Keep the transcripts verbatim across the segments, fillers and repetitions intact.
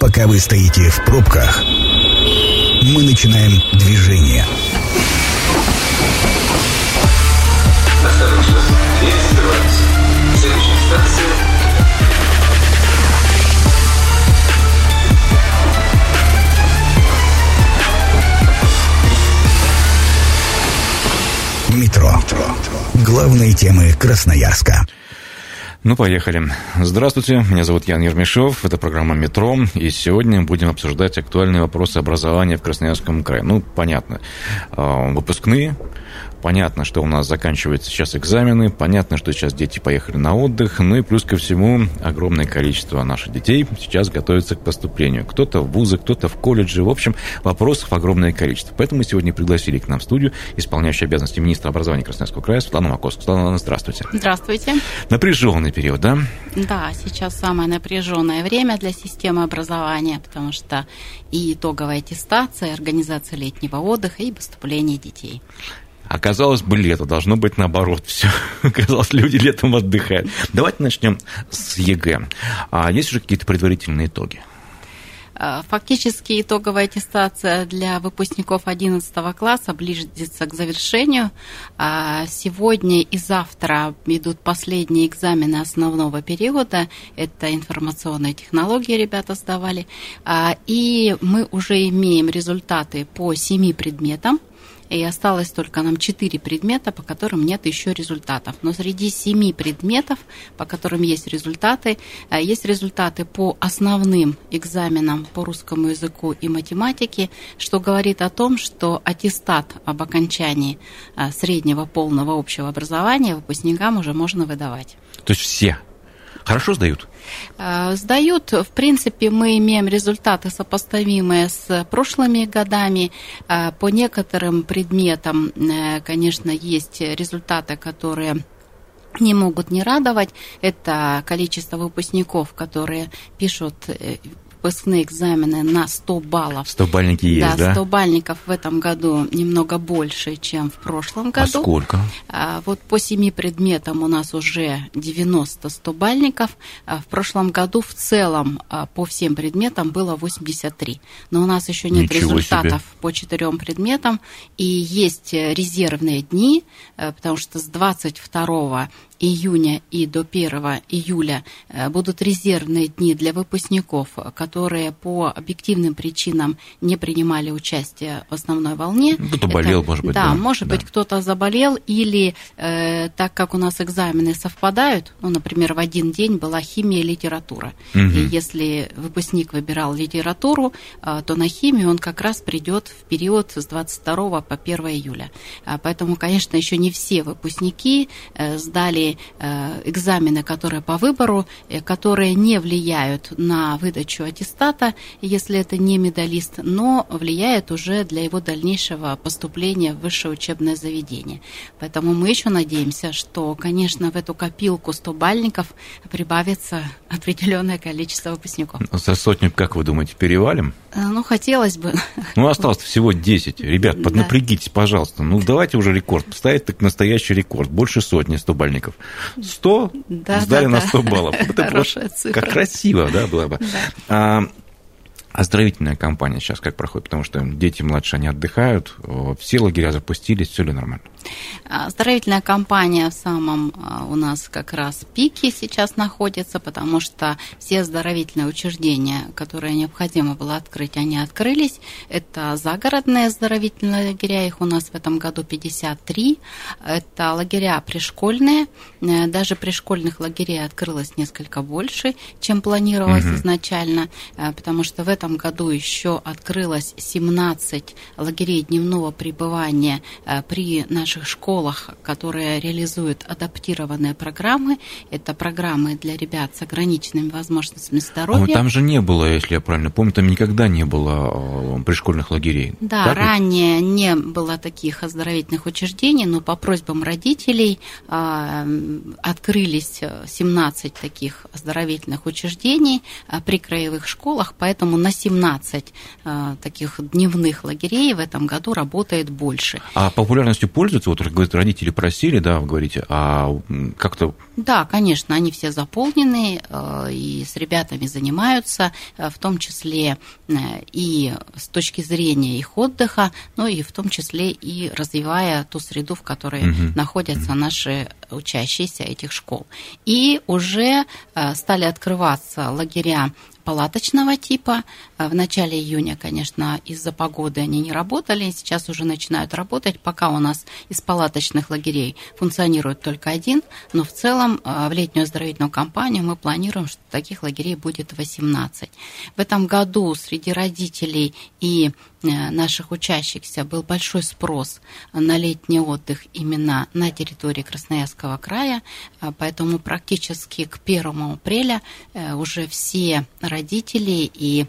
Пока вы стоите в пробках, мы начинаем движение. Осторожно, дверь закрывается. Следующая станция. Метро. Главные темы Красноярска. Ну, поехали. Здравствуйте, меня зовут Ян Ермешов, это программа «Метро», и сегодня будем обсуждать актуальные вопросы образования в Красноярском крае. Ну, понятно, выпускные, понятно, что у нас заканчиваются сейчас экзамены, понятно, что сейчас дети поехали на отдых, ну и плюс ко всему огромное количество наших детей сейчас готовится к поступлению. Кто-то в вузы, кто-то в колледжи, в общем, вопросов огромное количество. Поэтому мы сегодня пригласили к нам в студию исполняющую обязанности министра образования Красноярского края Светлану Маковскую. Светлана, здравствуйте. Здравствуйте. Напряженный период, да? Да, сейчас самое напряженное время для системы образования, потому что и итоговая аттестация, и организация летнего отдыха, и поступление детей. Оказалось бы, лето, должно быть наоборот все. Оказалось, люди летом отдыхают. Давайте начнем с ЕГЭ. А есть уже какие-то предварительные итоги? Фактически итоговая аттестация для выпускников одиннадцатого класса близится к завершению. Сегодня и завтра идут последние экзамены основного периода. Это информационные технологии ребята сдавали. И мы уже имеем результаты по семи предметам. И осталось только нам четыре предмета, по которым нет еще результатов. Но среди семи предметов, по которым есть результаты, есть результаты по основным экзаменам по русскому языку и математике, что говорит о том, что аттестат об окончании среднего полного общего образования выпускникам уже можно выдавать. То есть все хорошо сдают? Сдают. В принципе, мы имеем результаты, сопоставимые с прошлыми годами. По некоторым предметам, конечно, есть результаты, которые не могут не радовать. Это количество выпускников, которые пишут выпускные экзамены на сто баллов. сто-бальники есть, да? Да, сто бальников в этом году немного больше, чем в прошлом году. А сколько? А, вот по семи предметам у нас уже девяносто сто-бальников. А в прошлом году в целом а, по всем предметам было восемьдесят три. Но у нас еще нет Ничего результатов себе. По четырем предметам. И есть резервные дни, потому что с двадцать второго июня и до первого июля будут резервные дни для выпускников, которые по объективным причинам не принимали участие в основной волне. Кто-то болел, Это, может быть. Да, да. может да. быть, кто-то заболел, или э, так как у нас экзамены совпадают, ну, например, в один день была химия и литература. Угу. И если выпускник выбирал литературу, э, то на химию он как раз придет в период с двадцать второго по первое июля. А поэтому, конечно, еще не все выпускники э, сдали экзамены, которые по выбору, которые не влияют на выдачу аттестата, если это не медалист, но влияют уже для его дальнейшего поступления в высшее учебное заведение. Поэтому мы еще надеемся, что, конечно, в эту копилку сто-бальников прибавится определенное количество выпускников. За сотню, как вы думаете, перевалим? Ну, хотелось бы. Ну, осталось всего десять. Ребят, поднапрягитесь, пожалуйста. Ну, давайте уже рекорд. Поставить так настоящий рекорд. Больше сотни сто-бальников. сто да, сдали да, на да. сто баллов. Это просто как красиво, да, было бы. Да. А, оздоровительная кампания сейчас как проходит? Потому что дети младшие, они отдыхают, все лагеря запустились, все ли нормально? Оздоровительная кампания в самом у нас как раз пике сейчас находится, потому что все оздоровительные учреждения, которые необходимо было открыть, они открылись. Это загородные оздоровительные лагеря, их у нас в этом году пятьдесят три. Это лагеря пришкольные. Даже пришкольных лагерей открылось несколько больше, чем планировалось угу. изначально, потому что в этом году еще открылось семнадцать лагерей дневного пребывания при наших школах, которые реализуют адаптированные программы. Это программы для ребят с ограниченными возможностями здоровья. А там же не было, если я правильно помню, там никогда не было пришкольных лагерей. Да, так ранее ведь? Не было таких оздоровительных учреждений, но по просьбам родителей э, открылись семнадцать таких оздоровительных учреждений э, при краевых школах, поэтому на восемнадцать таких дневных лагерей в этом году работает больше. А популярностью пользуются? Вот, говорит, родители просили, да, вы говорите, а как-то... Да, конечно, они все заполнены и с ребятами занимаются, в том числе и с точки зрения их отдыха, но и в том числе и развивая ту среду, в которой угу. находятся наши учащиеся этих школ. И уже стали открываться лагеря палаточного типа. В начале июня, конечно, из-за погоды они не работали, сейчас уже начинают работать. Пока у нас из палаточных лагерей функционирует только один, но в целом в летнюю оздоровительную кампанию мы планируем, что таких лагерей будет восемнадцать. В этом году среди родителей и наших учащихся был большой спрос на летний отдых именно на территории Красноярского края, поэтому практически к первому апреля уже все родители и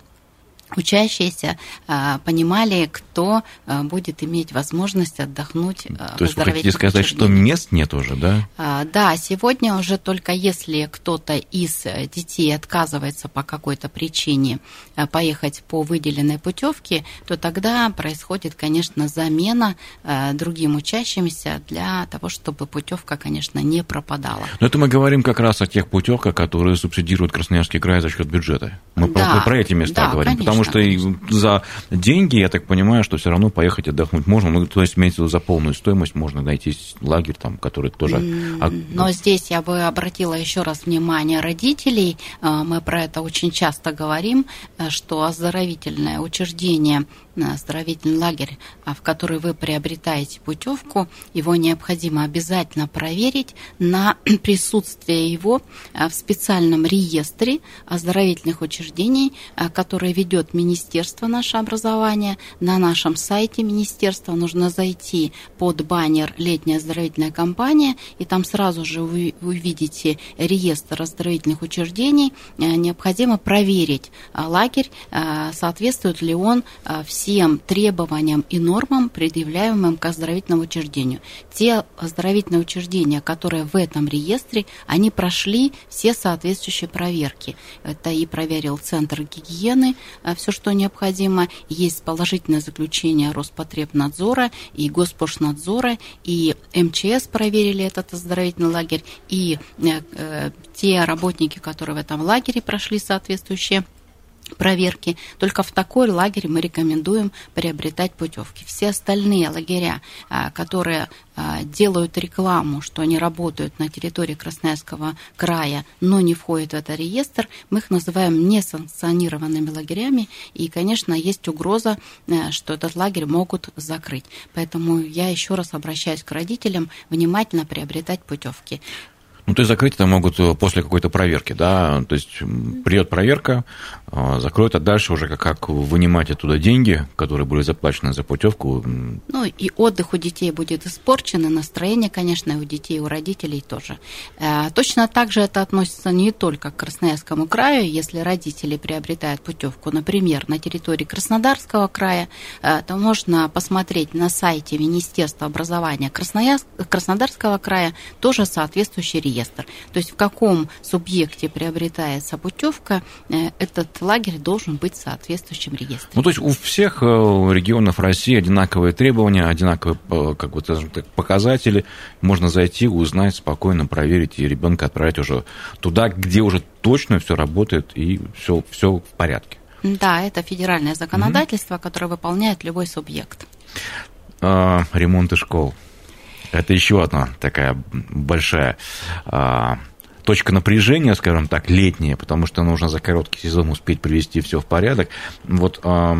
учащиеся понимали, кто будет иметь возможность отдохнуть. То есть вы хотите сказать, что мест нет уже, да? Да, сегодня уже только если кто-то из детей отказывается по какой-то причине поехать по выделенной путевке, то тогда происходит, конечно, замена другим учащимся для того, чтобы путевка, конечно, не пропадала. Но это мы говорим как раз о тех путевках, которые субсидирует Красноярский край за счет бюджета. Мы да, про, про эти места да, говорим, конечно. Потому что конечно. За деньги, я так понимаю, что все равно поехать отдохнуть можно. Ну, то есть, имеется в виду, за полную стоимость можно найти лагерь, там, который тоже... Но здесь я бы обратила еще раз внимание родителей. Мы про это очень часто говорим, что оздоровительное учреждение, оздоровительный лагерь, в который вы приобретаете путевку, его необходимо обязательно проверить на присутствие его в специальном реестре оздоровительных учреждений, который ведет Министерство наше образования. На нашем сайте Министерства нужно зайти под баннер «Летняя оздоровительная кампания», и там сразу же вы увидите реестр оздоровительных учреждений. Необходимо проверить лагерь, соответствует ли он всем требованиям и нормам, предъявляемым к оздоровительному учреждению. Те оздоровительные учреждения, которые в этом реестре, они прошли все соответствующие проверки. Это и проверил Центр гигиены, все, что необходимо. Есть положительное заключение Роспотребнадзора и Госпошнадзора, и эм че эс проверили этот оздоровительный лагерь, и э, те работники, которые в этом лагере прошли соответствующие проверки. Только в такой лагерь мы рекомендуем приобретать путевки. Все остальные лагеря, которые делают рекламу, что они работают на территории Красноярского края, но не входят в этот реестр, мы их называем несанкционированными лагерями, и, конечно, есть угроза, что этот лагерь могут закрыть. Поэтому я еще раз обращаюсь к родителям внимательно приобретать путевки. Ну, то есть закрыть это могут после какой-то проверки, да, то есть придет проверка, закроют, а дальше уже как, как вынимать оттуда деньги, которые были заплачены за путевку. Ну, и отдых у детей будет испорчен, и настроение, конечно, и у детей, и у родителей тоже. Точно так же это относится не только к Красноярскому краю. Если родители приобретают путевку, например, на территории Краснодарского края, то можно посмотреть на сайте Министерства образования Краснодарского края тоже соответствующий реестр. То есть в каком субъекте приобретается путевка, этот лагерь должен быть в соответствующем реестре. Ну, то есть у всех регионов России одинаковые требования, одинаковые, как бы, скажем так, показатели. Можно зайти, узнать, спокойно проверить, и ребенка отправить уже туда, где уже точно все работает и все, все в порядке. Да, это федеральное законодательство, mm-hmm. которое выполняет любой субъект. А, ремонты школ. Это еще одна такая большая а, точка напряжения, скажем так, летняя, потому что нужно за короткий сезон успеть привести все в порядок. Вот а,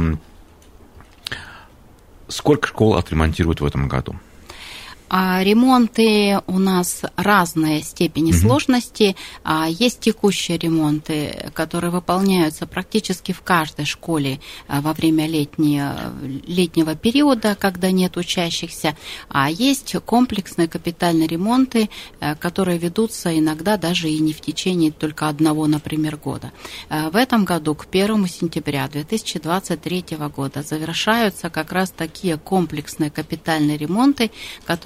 сколько школ отремонтируют в этом году? Ремонты у нас разные степени mm-hmm. сложности. Есть текущие ремонты, которые выполняются практически в каждой школе во время летнего, летнего периода, когда нет учащихся. А есть комплексные капитальные ремонты, которые ведутся иногда даже и не в течение только одного, например, года. В этом году, к первому сентября две тысячи двадцать третьего года, завершаются как раз такие комплексные капитальные ремонты, которые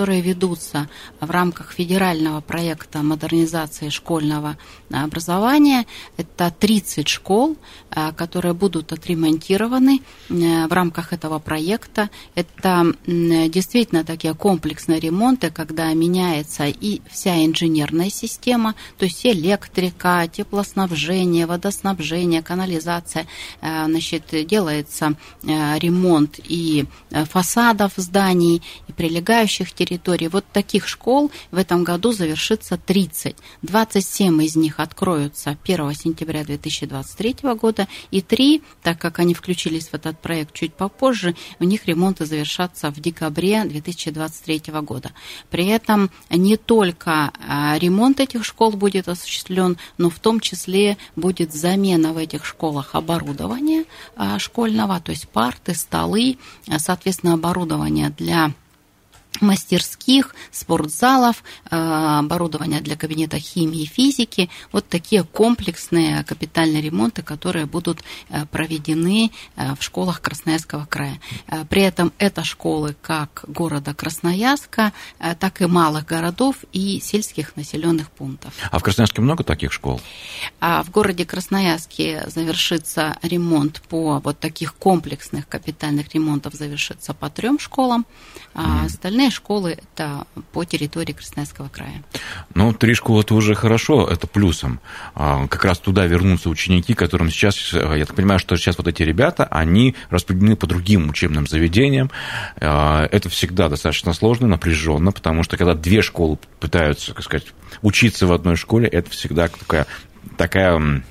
которые ведутся в рамках федерального проекта модернизации школьного образования. Это тридцать школ, которые будут отремонтированы в рамках этого проекта. Это действительно такие комплексные ремонты, когда меняется и вся инженерная система, то есть электрика, теплоснабжение, водоснабжение, канализация. Значит, делается ремонт и фасадов зданий, и прилегающих территорий. Вот таких школ в этом году завершится тридцать. двадцать семь из них откроются первого сентября две тысячи двадцать третьего года, и три, так как они включились в этот проект чуть попозже, у них ремонты завершатся в декабре две тысячи двадцать третьего года. При этом не только ремонт этих школ будет осуществлен, но в том числе будет замена в этих школах оборудования школьного, то есть парты, столы, соответственно, оборудование для мастерских, спортзалов, оборудование для кабинета химии и физики. Вот такие комплексные капитальные ремонты, которые будут проведены в школах Красноярского края. При этом это школы как города Красноярска, так и малых городов и сельских населенных пунктов. А в Красноярске много таких школ? А в городе Красноярске завершится ремонт по вот таких комплексных капитальных ремонтов завершится по трем школам, а mm. остальные школы это по территории Красноярского края. Ну, три школы это уже хорошо, это плюсом. Как раз туда вернутся ученики, которым сейчас, я так понимаю, что сейчас вот эти ребята, они распределены по другим учебным заведениям. Это всегда достаточно сложно, напряженно, потому что когда две школы пытаются, так сказать, учиться в одной школе, это всегда такая, такая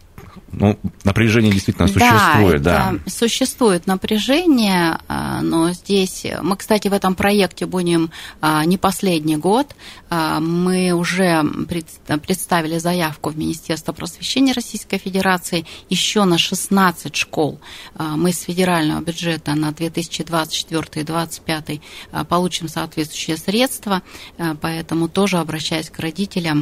ну, напряжение действительно существует, да. Да, существует напряжение, но здесь мы, кстати, в этом проекте будем не последний год. Мы уже представили заявку в Министерство просвещения Российской Федерации еще на шестнадцать школ. Мы с федерального бюджета на две тысячи двадцать четвёртый — две тысячи двадцать пятый получим соответствующие средства, поэтому тоже, обращаясь к родителям,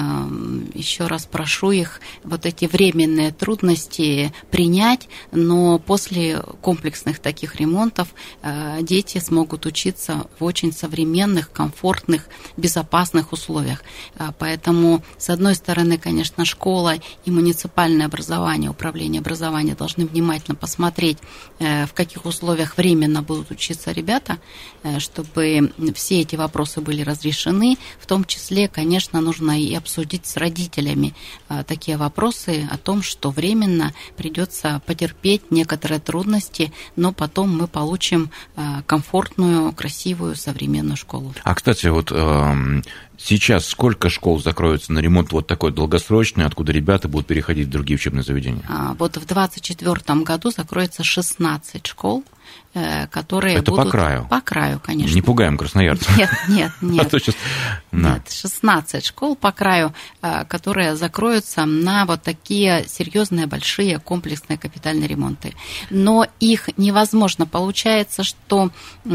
еще раз прошу их вот эти временные трудности принять, но после комплексных таких ремонтов дети смогут учиться в очень современных, комфортных, безопасных условиях. Поэтому, с одной стороны, конечно, школа и муниципальное образование, управление образования должны внимательно посмотреть, в каких условиях временно будут учиться ребята, чтобы все эти вопросы были разрешены. В том числе, конечно, нужно и обсудить с родителями такие вопросы о том, что что временно придется потерпеть некоторые трудности, но потом мы получим комфортную, красивую, современную школу. А, кстати, вот сейчас сколько школ закроется на ремонт вот такой долгосрочный, откуда ребята будут переходить в другие учебные заведения? Вот в двадцать четвёртом году закроется шестнадцать школ, которые это будут... по краю? По краю, конечно. Не пугаем красноярцев. Нет, нет, нет. Сейчас... Нет, шестнадцать школ по краю, которые закроются на вот такие серьезные, большие, комплексные капитальные ремонты. Но их невозможно. Получается, что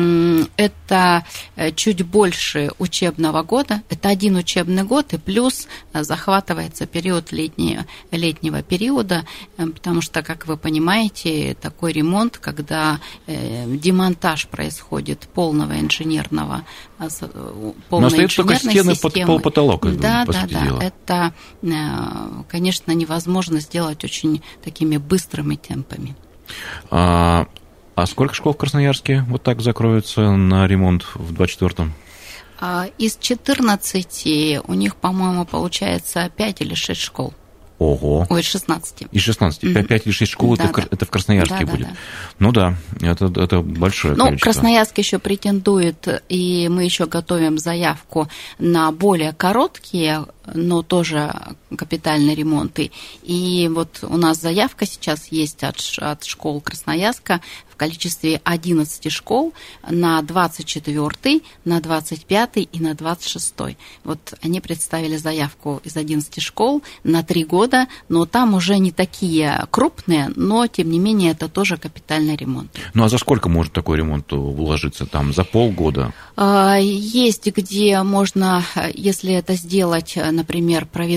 это чуть больше учебного года, это один учебный год, и плюс захватывается период летнего, летнего периода, потому что, как вы понимаете, такой ремонт, когда демонтаж происходит полного инженерного, полной инженерной только стены системы. Под пол-потолок. Да, да, да. Дела. Это, конечно, невозможно сделать очень такими быстрыми темпами. А, а сколько школ в Красноярске вот так закроются на ремонт в двадцать четвёртом? Из четырнадцати у них, по-моему, получается пять или шесть школ. Ого. Ой, шестнадцать. Из шестнадцати. Mm-hmm. пять или шесть школ, да, это, да. это в Красноярске да, будет. Да, да. Ну да, это, это большое ну, количество. Красноярск еще претендует, и мы еще готовим заявку на более короткие, но тоже капитальные ремонты. И вот у нас заявка сейчас есть от, от школ Красноярска в количестве одиннадцати школ на двадцать четвёртый, на двадцать пятый и на двадцать шестой. Вот они представили заявку из одиннадцати школ на три года, но там уже не такие крупные, но тем не менее это тоже капитальный ремонт. Ну а за сколько может такой ремонт уложиться? Там за полгода? Есть где можно, если это сделать, например, проведут все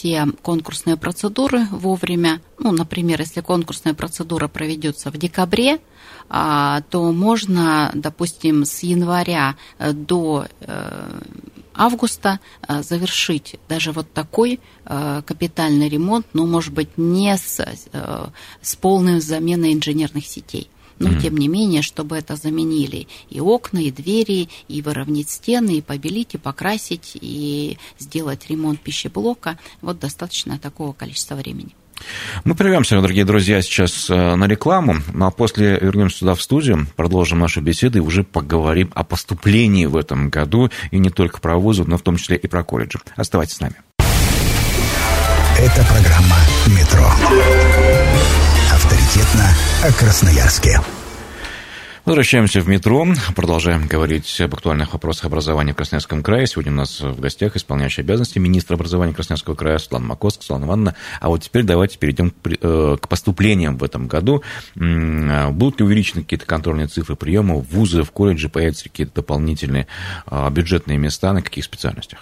все конкурсные процедуры вовремя. Ну, например, если конкурсная процедура проведется в декабре, то можно, допустим, с января до августа завершить даже вот такой капитальный ремонт, но, может быть, не с, с полной заменой инженерных сетей. Но, mm-hmm. тем не менее, чтобы это заменили и окна, и двери, и выровнять стены, и побелить, и покрасить, и сделать ремонт пищеблока, вот достаточно такого количества времени. Мы прервемся, дорогие друзья, сейчас на рекламу, а после вернемся сюда в студию, продолжим нашу беседу и уже поговорим о поступлении в этом году, и не только про вузы, но в том числе и про колледжи. Оставайтесь с нами. Это программа «Метро». Авторитетно о Красноярске. Возвращаемся в метро, продолжаем говорить об актуальных вопросах образования в Красноярском крае. Сегодня у нас в гостях исполняющий обязанности министра образования Красноярского края Светлана Макоская. Светлана Ивановна, а вот теперь давайте перейдем к поступлениям в этом году. Будут ли увеличены какие-то контрольные цифры приема в вузы, в колледжи, появятся какие-то дополнительные бюджетные места, на каких специальностях?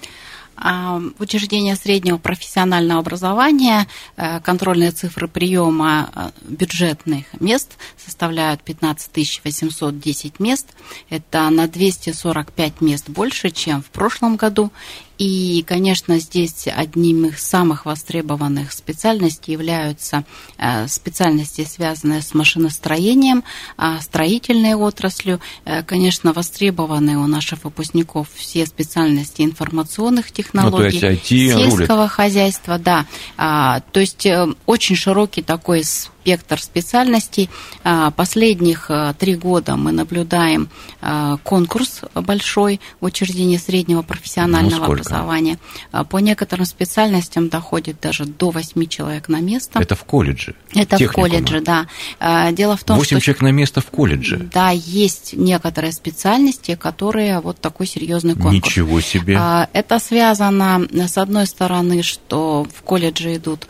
В учреждениях среднего профессионального образования контрольные цифры приема бюджетных мест составляют пятнадцать тысяч восемьсот десять мест. Это на двести сорок пять мест больше, чем в прошлом году. И, конечно, здесь одним из самых востребованных специальностей являются специальности, связанные с машиностроением, строительной отраслью. Конечно, востребованы у наших выпускников все специальности информационных технологий, ну, то есть ай ти сельского рулит. Хозяйства. Да. То есть очень широкий такой спектр специальностей. Последних три года мы наблюдаем конкурс большой в учреждении среднего профессионального ну, образования. По некоторым специальностям доходит даже до восьми человек на место. Это в колледже? Это техникума. В колледже, да. Дело в том, восемь что... человек на место в колледже? Да, есть некоторые специальности, которые вот такой серьезный конкурс. Ничего себе! Это связано, с одной стороны, что в колледже идут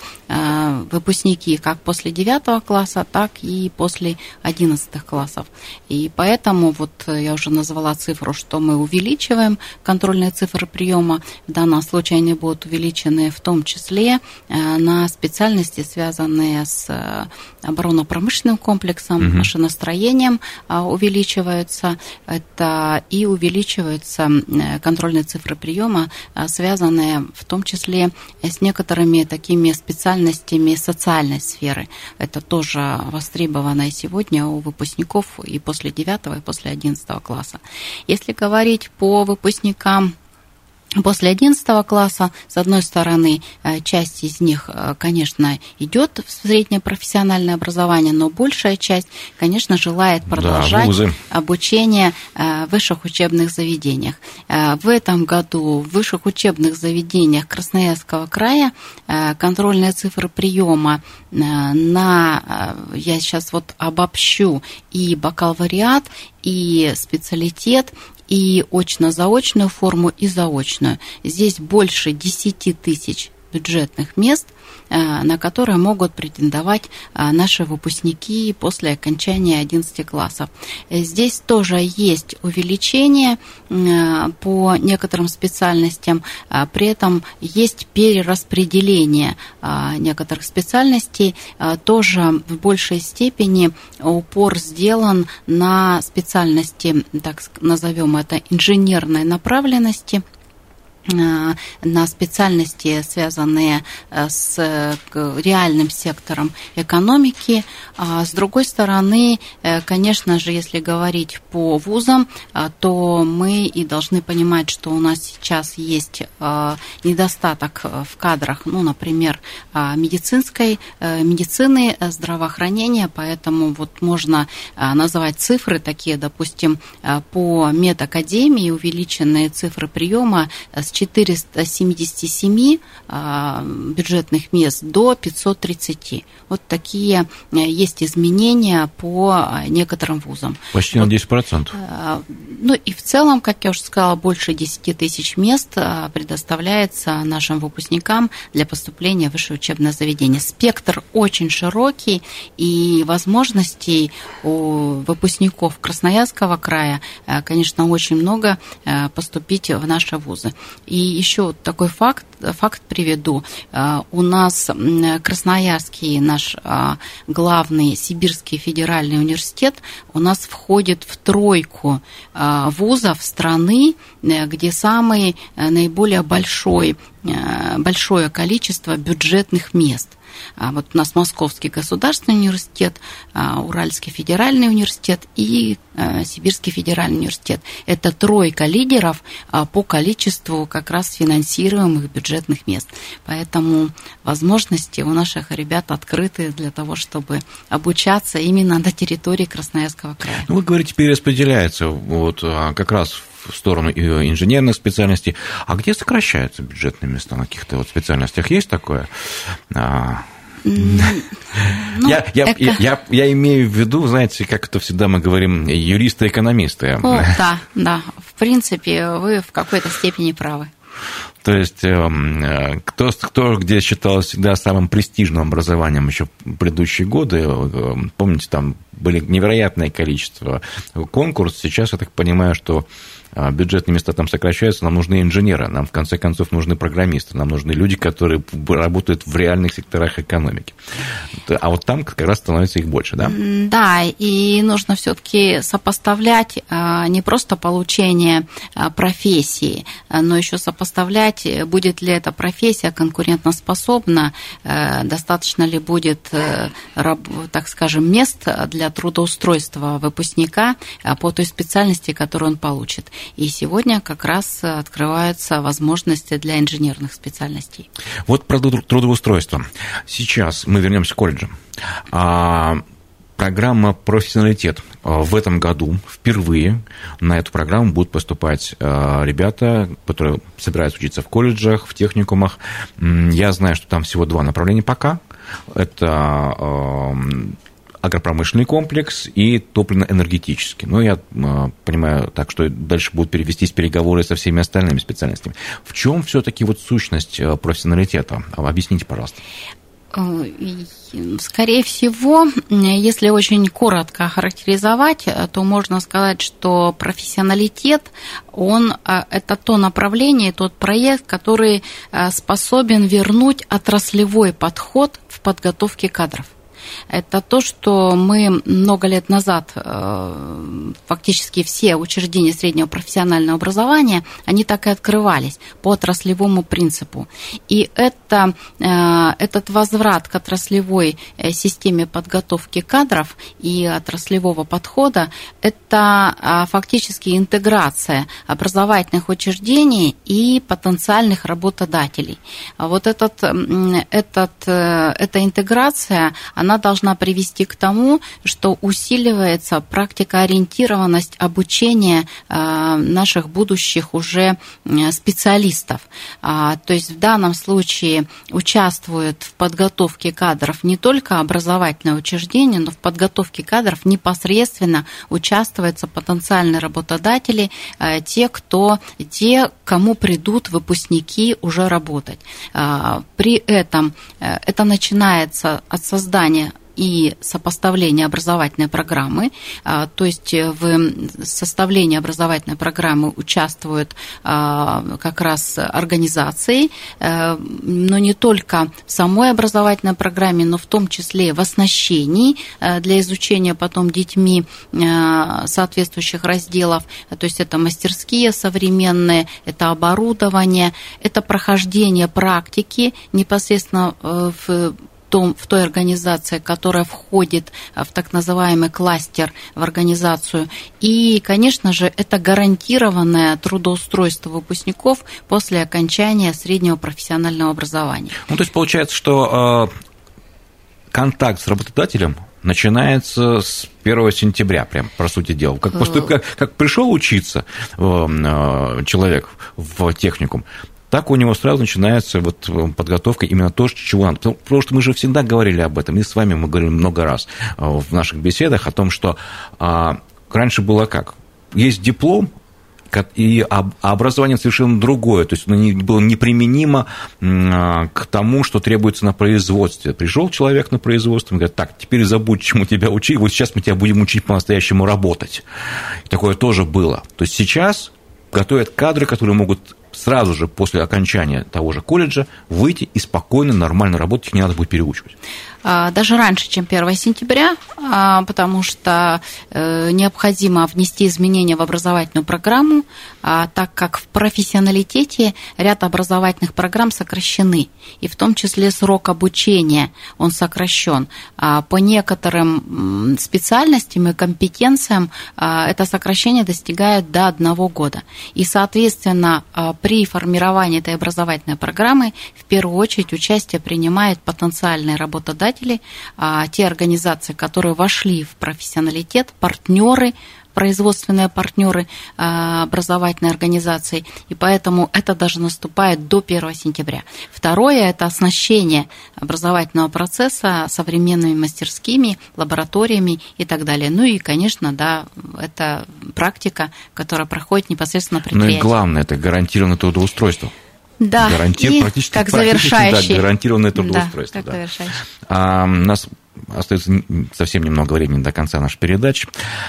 выпускники как после девятого класса, так и после одиннадцатых классов. И поэтому, вот я уже назвала цифру, что мы увеличиваем контрольные цифры приема. В данном случае они будут увеличены в том числе на специальности, связанные с оборонно-промышленным комплексом, угу. машиностроением увеличиваются. Это и увеличиваются контрольные цифры приема, связанные в том числе с некоторыми такими специальностями социальной сферы. Это тоже востребованное сегодня у выпускников и после девятого, и после одиннадцатого класса. Если говорить по выпускникам после одиннадцатого класса, с одной стороны, часть из них, конечно, идет в среднее профессиональное образование, но большая часть, конечно, желает продолжать да, обучение в высших учебных заведениях. В этом году в высших учебных заведениях Красноярского края контрольные цифры приема на, я сейчас вот обобщу, и бакалавриат, и специалитет, и очно-заочную форму, и заочную. Здесь больше десяти тысяч бюджетных мест, на которые могут претендовать наши выпускники после окончания одиннадцати классов. Здесь тоже есть увеличение по некоторым специальностям, при этом есть перераспределение некоторых специальностей, тоже в большей степени упор сделан на специальности, так назовем это, инженерной направленности, на специальности, связанные с реальным сектором экономики. С другой стороны, конечно же, если говорить по вузам, то мы и должны понимать, что у нас сейчас есть недостаток в кадрах, ну, например, медицинской, медицины, здравоохранения, поэтому вот можно назвать цифры такие, допустим, по медакадемии увеличенные цифры приема с четырёхсот семидесяти семи бюджетных мест до пятисот тридцати. Вот такие есть изменения по некоторым вузам. Почти на десять процентов. Ну и в целом, как я уже сказала, больше десяти тысяч мест предоставляется нашим выпускникам для поступления в высшее учебное заведение. Спектр очень широкий, и возможностей у выпускников Красноярского края, конечно, очень много поступить в наши вузы. И еще такой факт, факт приведу. У нас Красноярский, наш главный Сибирский федеральный университет, у нас входит в тройку вузов страны, где самый наиболее большой, большое количество бюджетных мест. Вот у нас Московский государственный университет, Уральский федеральный университет и Сибирский федеральный университет. Это тройка лидеров по количеству как раз финансируемых бюджетных мест. Поэтому возможности у наших ребят открыты для того, чтобы обучаться именно на территории Красноярского края. Вы говорите, перераспределяется вот как раз в сторону инженерных специальностей. А где сокращаются бюджетные места на каких-то вот специальностях? Есть такое? Ну, я, я, эко... я, я, я имею в виду, знаете, как это всегда мы говорим, юристы-экономисты. О, да, да. В принципе, вы в какой-то степени правы. То есть кто, кто где считалось всегда самым престижным образованием еще в предыдущие годы, помните, там были невероятное количество конкурсов, сейчас я так понимаю, что бюджетные места там сокращаются, нам нужны инженеры, нам в конце концов нужны программисты, нам нужны люди, которые работают в реальных секторах экономики. А вот там как раз становится их больше, да? Да, и нужно все-таки сопоставлять не просто получение профессии, но еще сопоставлять, будет ли эта профессия конкурентоспособна, достаточно ли будет, так скажем, мест для трудоустройства выпускника по той специальности, которую он получит. И сегодня как раз открываются возможности для инженерных специальностей. Вот про трудоустройство. Сейчас мы вернемся к колледжам. Программа «Профессионалитет». В этом году впервые на эту программу будут поступать ребята, которые собираются учиться в колледжах, в техникумах. Я знаю, что там всего два направления пока. Это агропромышленный комплекс и топливно-энергетический. Но я э, понимаю так, что дальше будут перевестись переговоры со всеми остальными специальностями. В чем все-таки вот сущность профессионалитета? Объясните, пожалуйста. Скорее всего, если очень коротко охарактеризовать, то можно сказать, что профессионалитет, он, это то направление, тот проект, который способен вернуть отраслевой подход в подготовке кадров. Это то, что мы много лет назад, фактически все учреждения среднего профессионального образования, они так и открывались по отраслевому принципу. И это, этот возврат к отраслевой системе подготовки кадров и отраслевого подхода, это фактически интеграция образовательных учреждений и потенциальных работодателей. Вот этот, этот, эта интеграция, она должна привести к тому, что усиливается практикоориентированность обучения наших будущих уже специалистов. То есть в данном случае участвует в подготовке кадров не только образовательное учреждение, но в подготовке кадров непосредственно участвуют потенциальные работодатели, те, кто, те, кому придут выпускники уже работать. При этом это начинается от создания и сопоставление образовательной программы, то есть в составлении образовательной программы участвуют как раз организации, но не только в самой образовательной программе, но в том числе в оснащении для изучения потом детьми соответствующих разделов, то есть это мастерские современные, это оборудование, это прохождение практики непосредственно в в той организации, которая входит в так называемый кластер в организацию. И, конечно же, это гарантированное трудоустройство выпускников после окончания среднего профессионального образования. Ну, то есть получается, что э, контакт с работодателем начинается с первого сентября, прям, по сути дела. Как, поступ, как, как пришел учиться э, э, человек в техникум, так у него сразу начинается вот подготовка именно то, чего надо. Потому что мы же всегда говорили об этом, и с вами мы говорили много раз в наших беседах о том, что раньше было как? Есть диплом, и образование совершенно другое, то есть оно было неприменимо к тому, что требуется на производстве. Пришел человек на производство и говорит: так, теперь забудь, чему тебя учили, вот сейчас мы тебя будем учить по-настоящему работать. И такое тоже было. То есть сейчас готовят кадры, которые могут сразу же после окончания того же колледжа выйти и спокойно, нормально работать, их не надо будет переучивать? Даже раньше, чем первого сентября, потому что необходимо внести изменения в образовательную программу, так как в профессионалитете ряд образовательных программ сокращены, и в том числе срок обучения он сокращен. По некоторым специальностям и компетенциям это сокращение достигает до одного года. И, соответственно, при формировании этой образовательной программы в первую очередь участие принимают потенциальные работодатели, те организации, которые вошли в профессионалитет, партнеры, производственные партнеры образовательной организации, и поэтому это даже наступает до первого сентября. Второе – это оснащение образовательного процесса современными мастерскими, лабораториями и так далее. Ну и, конечно, да, это практика, которая проходит непосредственно на предприятии. Ну и главное – это гарантированное трудоустройство. Да, Гарантир, и практически, как практически, завершающий. Да, гарантированное трудоустройство. Да, как да. завершающий. А, у нас остается совсем немного времени до конца нашей передачи.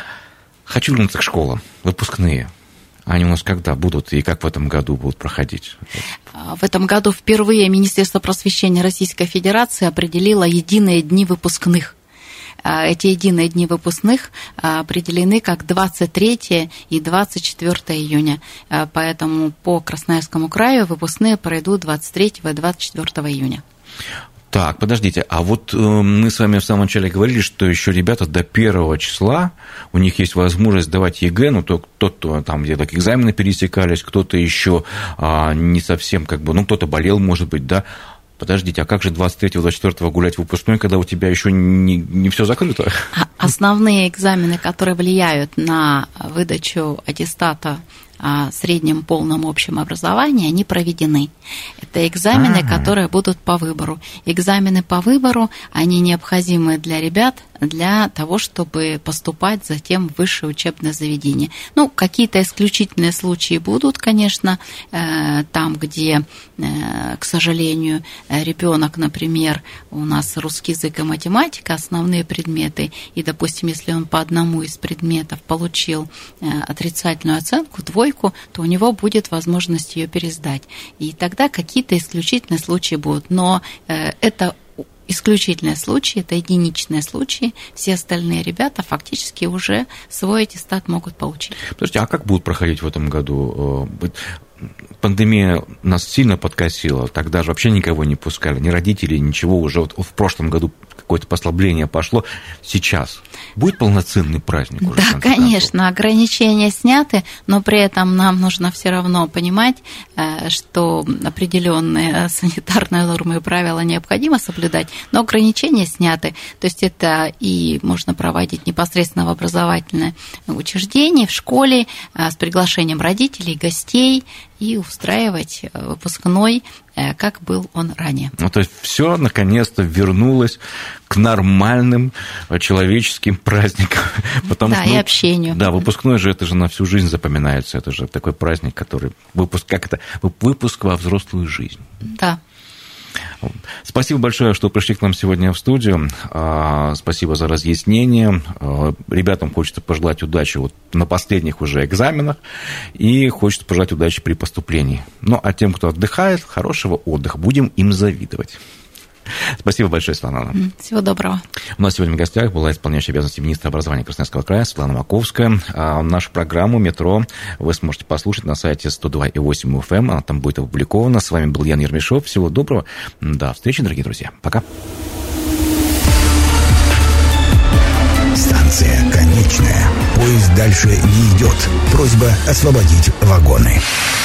Хочу вернуться к школам. Выпускные. Они у нас когда будут и как в этом году будут проходить? В этом году впервые Министерство просвещения Российской Федерации определило единые дни выпускных. Эти единые дни выпускных определены как двадцать третье и двадцать четвёртое июня. Поэтому по Красноярскому краю выпускные пройдут двадцать третьего и двадцать четвёртого июня. Так, подождите, а вот э, мы с вами в самом начале говорили, что еще ребята до первого числа, у них есть возможность сдавать ЕГЭ, ну, то кто-то там где-то экзамены пересекались, кто-то еще а, не совсем как бы, ну, кто-то болел, может быть, да. Подождите, а как же двадцать третьего двадцать четвёртого гулять в выпускной, когда у тебя еще не, не все закрыто? Основные экзамены, которые влияют на выдачу аттестата о среднем полном общем образовании, они проведены. Это экзамены, ага. которые будут по выбору. Экзамены по выбору, они необходимы для ребят, для того, чтобы поступать затем в высшее учебное заведение. Ну, какие-то исключительные случаи будут, конечно, там, где, к сожалению, ребенок, например, у нас русский язык и математика, основные предметы, и, допустим, если он по одному из предметов получил отрицательную оценку, двойку, то у него будет возможность ее пересдать. И тогда какие-то исключительные случаи будут. Но это исключительные случаи, это единичные случаи, все остальные ребята фактически уже свой аттестат могут получить. Подождите, а как будут проходить в этом году? Пандемия нас сильно подкосила, тогда же вообще никого не пускали, ни родителей, ничего, уже вот в прошлом году какое-то послабление пошло. Сейчас будет полноценный праздник уже? Да, конечно, ограничения сняты, но при этом нам нужно все равно понимать, что определенные санитарные нормы и правила необходимо соблюдать, но ограничения сняты. То есть это и можно проводить непосредственно в образовательное учреждение, в школе, с приглашением родителей, гостей, и устраивать выпускной, как был он ранее. Ну, то есть все наконец-то вернулось к нормальным человеческим праздникам. Потому да, что, ну, и общению. Да, выпускной же, это же на всю жизнь запоминается. Это же такой праздник, который... Выпуск, как это? Выпуск во взрослую жизнь. Да. Спасибо большое, что пришли к нам сегодня в студию. Спасибо за разъяснение. Ребятам хочется пожелать удачи вот на последних уже экзаменах и хочется пожелать удачи при поступлении. Ну, а тем, кто отдыхает, хорошего отдыха. Будем им завидовать. Спасибо большое, Светлана. Всего доброго. У нас сегодня в гостях была исполняющая обязанности министра образования Красноярского края Светлана Маковская. А нашу программу «Метро» вы сможете послушать на сайте сто два и восемь эф эм. Она там будет опубликована. С вами был Ян Ермешов. Всего доброго. До встречи, дорогие друзья. Пока. Станция конечная. Поезд дальше не идет. Просьба освободить вагоны.